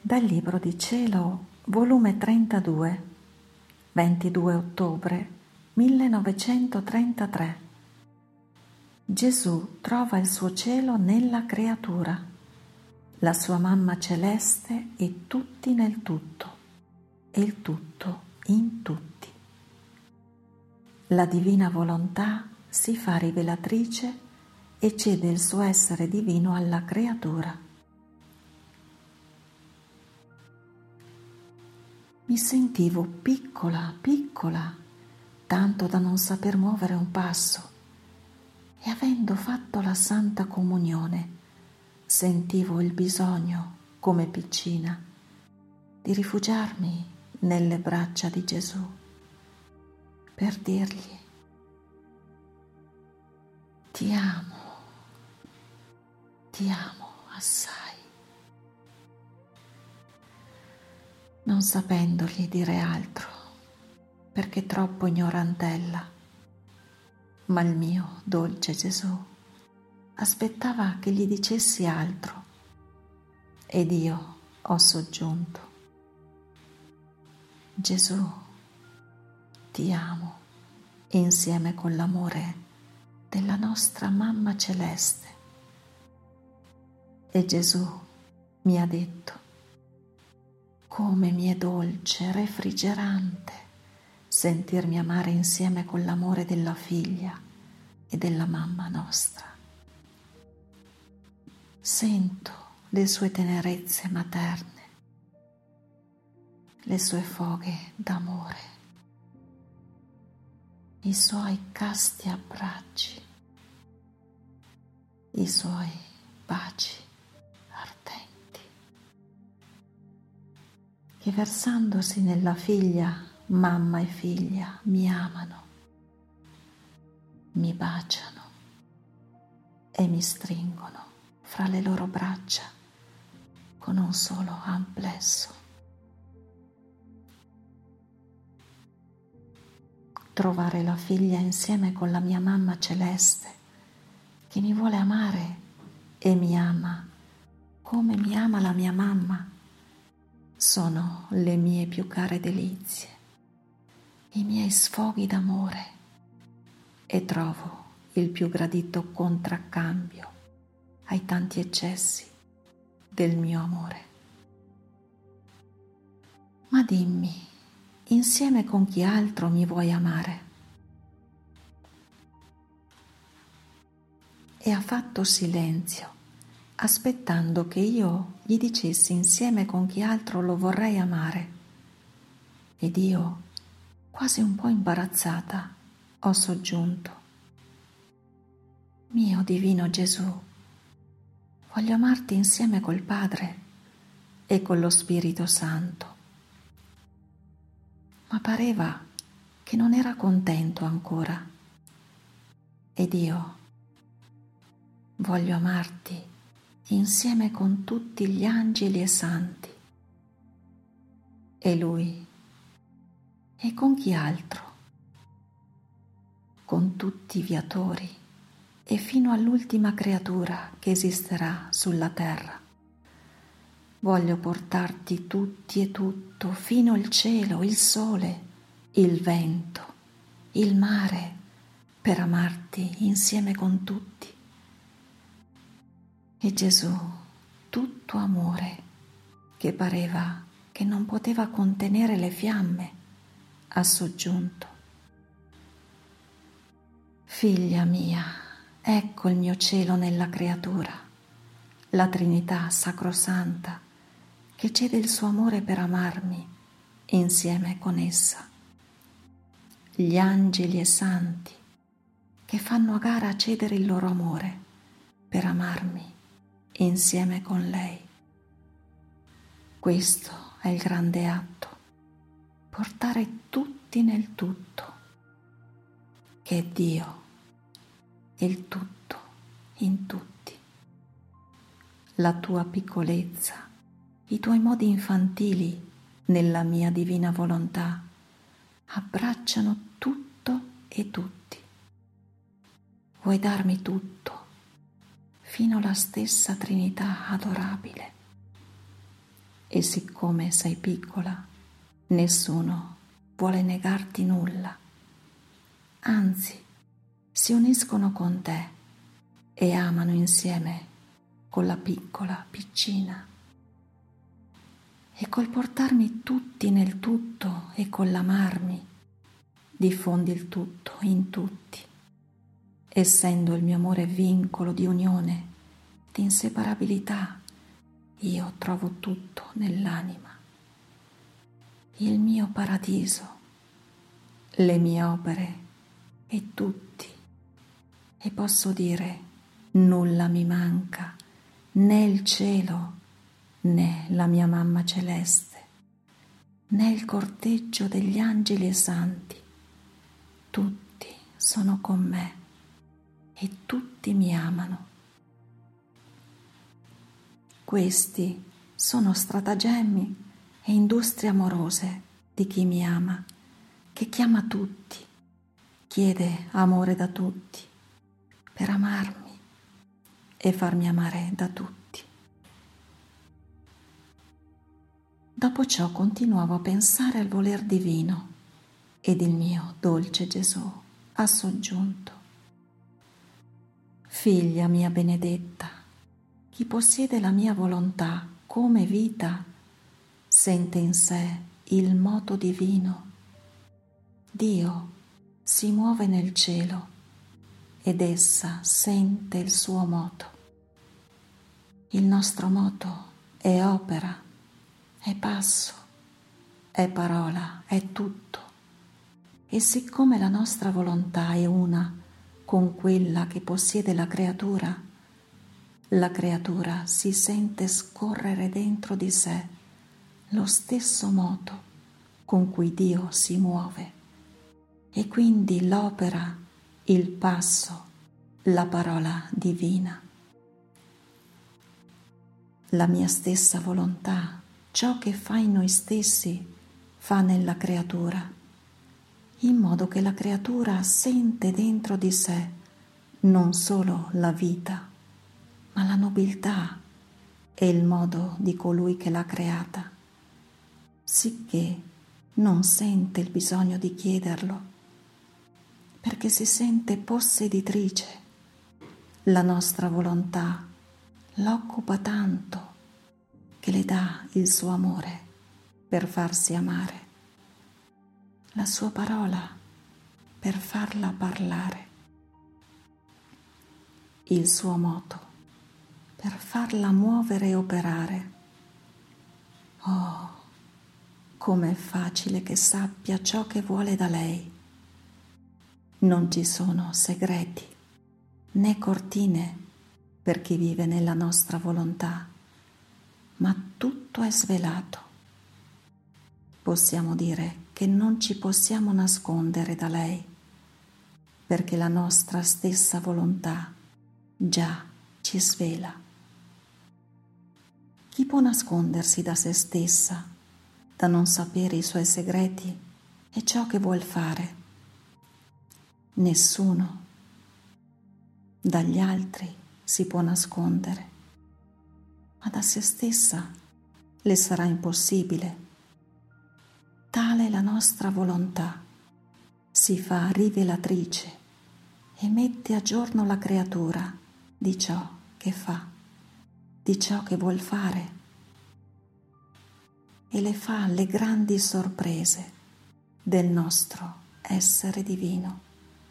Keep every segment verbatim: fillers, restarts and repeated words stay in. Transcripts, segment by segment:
Dal Libro di Cielo, volume trentadue, ventidue ottobre millenovecentotrentatré. Gesù trova il suo cielo nella creatura, la sua mamma celeste e tutti nel tutto, e il tutto in tutti. La divina volontà si fa rivelatrice e cede il suo essere divino alla creatura. Mi sentivo piccola, piccola, tanto da non saper muovere un passo, e avendo fatto la Santa Comunione, sentivo il bisogno, come piccina, di rifugiarmi nelle braccia di Gesù per dirgli: ti amo, ti amo assai. Non sapendogli dire altro, perché troppo ignorantella, ma il mio dolce Gesù aspettava che gli dicessi altro, ed io ho soggiunto: Gesù, ti amo insieme con l'amore della nostra Mamma Celeste. E Gesù mi ha detto: come mi è dolce, refrigerante sentirmi amare insieme con l'amore della figlia e della mamma nostra. Sento le sue tenerezze materne, le sue foghe d'amore, i suoi casti abbracci, i suoi baci ardenti, che versandosi nella figlia, mamma e figlia mi amano, mi baciano e mi stringono fra le loro braccia con un solo amplesso. Trovare la figlia insieme con la mia mamma celeste, che mi vuole amare e mi ama come mi ama la mia mamma, sono le mie più care delizie, i miei sfoghi d'amore, e trovo il più gradito contraccambio ai tanti eccessi del mio amore. Ma dimmi, insieme con chi altro mi vuoi amare? E ha fatto silenzio, aspettando che io gli dicessi insieme con chi altro lo vorrei amare. Ed io, quasi un po' imbarazzata, ho soggiunto: mio divino Gesù, voglio amarti insieme col Padre e con lo Spirito Santo. Ma pareva che non era contento ancora. Ed io voglio amarti insieme con tutti gli angeli e santi. E lui: e con chi altro? Con tutti i viatori e fino all'ultima creatura che esisterà sulla terra. Voglio portarti tutti e tutto, fino il cielo, il sole, il vento, il mare, per amarti insieme con tutti. E Gesù, tutto amore, che pareva che non poteva contenere le fiamme, ha soggiunto: figlia mia, ecco il mio cielo nella creatura, la Trinità sacrosanta che cede il suo amore per amarmi insieme con essa, gli angeli e santi che fanno a gara a cedere il loro amore per amarmi insieme con lei. Questo è il grande atto, portare tutti nel tutto, che è Dio, il tutto in tutti. La tua piccolezza, i tuoi modi infantili nella mia divina volontà abbracciano tutto e tutti. Vuoi darmi tutto, fino alla stessa Trinità adorabile. E siccome sei piccola, nessuno vuole negarti nulla. Anzi, si uniscono con te e amano insieme con la piccola piccina. E col portarmi tutti nel tutto e con l'amarmi, diffondi il tutto in tutti, essendo il mio amore vincolo di unione, di inseparabilità. Io trovo tutto nell'anima, il mio paradiso, le mie opere e tutti, e posso dire nulla mi manca, né il cielo, né la mia mamma celeste, né il corteggio degli angeli e santi. Tutti sono con me e tutti mi amano. Questi sono stratagemmi e industrie amorose di chi mi ama, che chiama tutti, chiede amore da tutti, per amarmi e farmi amare da tutti. Dopo ciò continuavo a pensare al voler divino ed il mio dolce Gesù ha soggiunto: figlia mia benedetta, chi possiede la mia volontà come vita sente in sé il moto divino. Dio si muove nel cielo ed essa sente il suo moto. Il nostro moto è opera, è passo, è parola, è tutto. E siccome la nostra volontà è una con quella che possiede la creatura, la creatura si sente scorrere dentro di sé lo stesso moto con cui Dio si muove, e quindi l'opera, il passo, la parola divina. La mia stessa volontà, ciò che fa in noi stessi, fa nella creatura, in modo che la creatura sente dentro di sé non solo la vita, ma la nobiltà e il modo di colui che l'ha creata, sicché non sente il bisogno di chiederlo, perché si sente posseditrice. La nostra volontà l'occupa tanto che le dà il suo amore per farsi amare, la sua parola per farla parlare, il suo moto per farla muovere e operare. Oh, com'è facile che sappia ciò che vuole da lei. Non ci sono segreti né cortine per chi vive nella nostra volontà, ma tutto è svelato. Possiamo dire che non ci possiamo nascondere da lei, perché la nostra stessa volontà già ci svela. Chi può nascondersi da se stessa, da non sapere i suoi segreti e ciò che vuol fare? Nessuno. Dagli altri si può nascondere, ma da se stessa le sarà impossibile. Tale è la nostra volontà, si fa rivelatrice e mette a giorno la creatura di ciò che fa, di ciò che vuol fare, e le fa le grandi sorprese del nostro essere divino.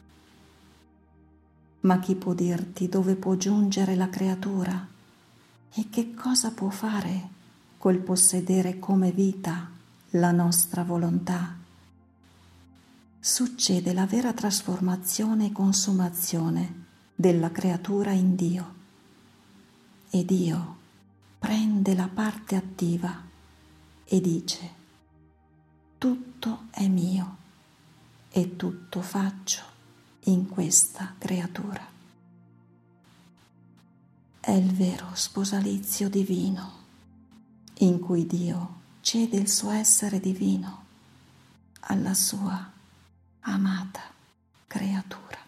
Ma chi può dirti dove può giungere la creatura e che cosa può fare col possedere come vita la nostra volontà? Succede la vera trasformazione e consumazione della creatura in Dio, e Dio prende la parte attiva e dice: tutto è mio e tutto faccio in questa creatura. È il vero sposalizio divino, in cui Dio cede il suo essere divino alla sua amata creatura.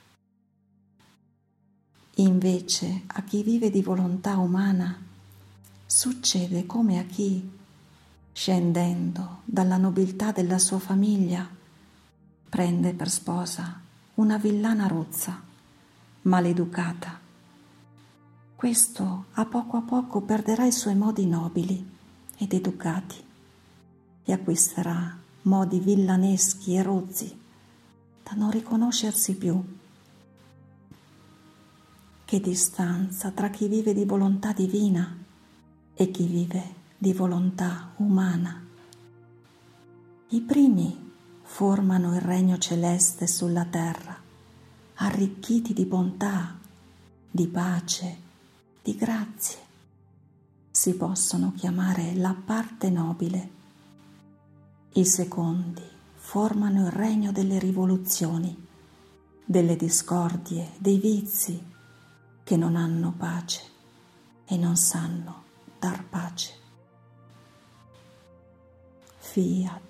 Invece a chi vive di volontà umana succede come a chi, scendendo dalla nobiltà della sua famiglia, prende per sposa una villana rozza, maleducata. Questo a poco a poco perderà i suoi modi nobili ed educati e acquisterà modi villaneschi e rozzi da non riconoscersi più. Che distanza tra chi vive di volontà divina e chi vive di volontà umana. I primi formano il regno celeste sulla terra, arricchiti di bontà, di pace, di grazie. Si possono chiamare la parte nobile. I secondi formano il regno delle rivoluzioni, delle discordie, dei vizi che non hanno pace e non sanno dar pace. Fiat.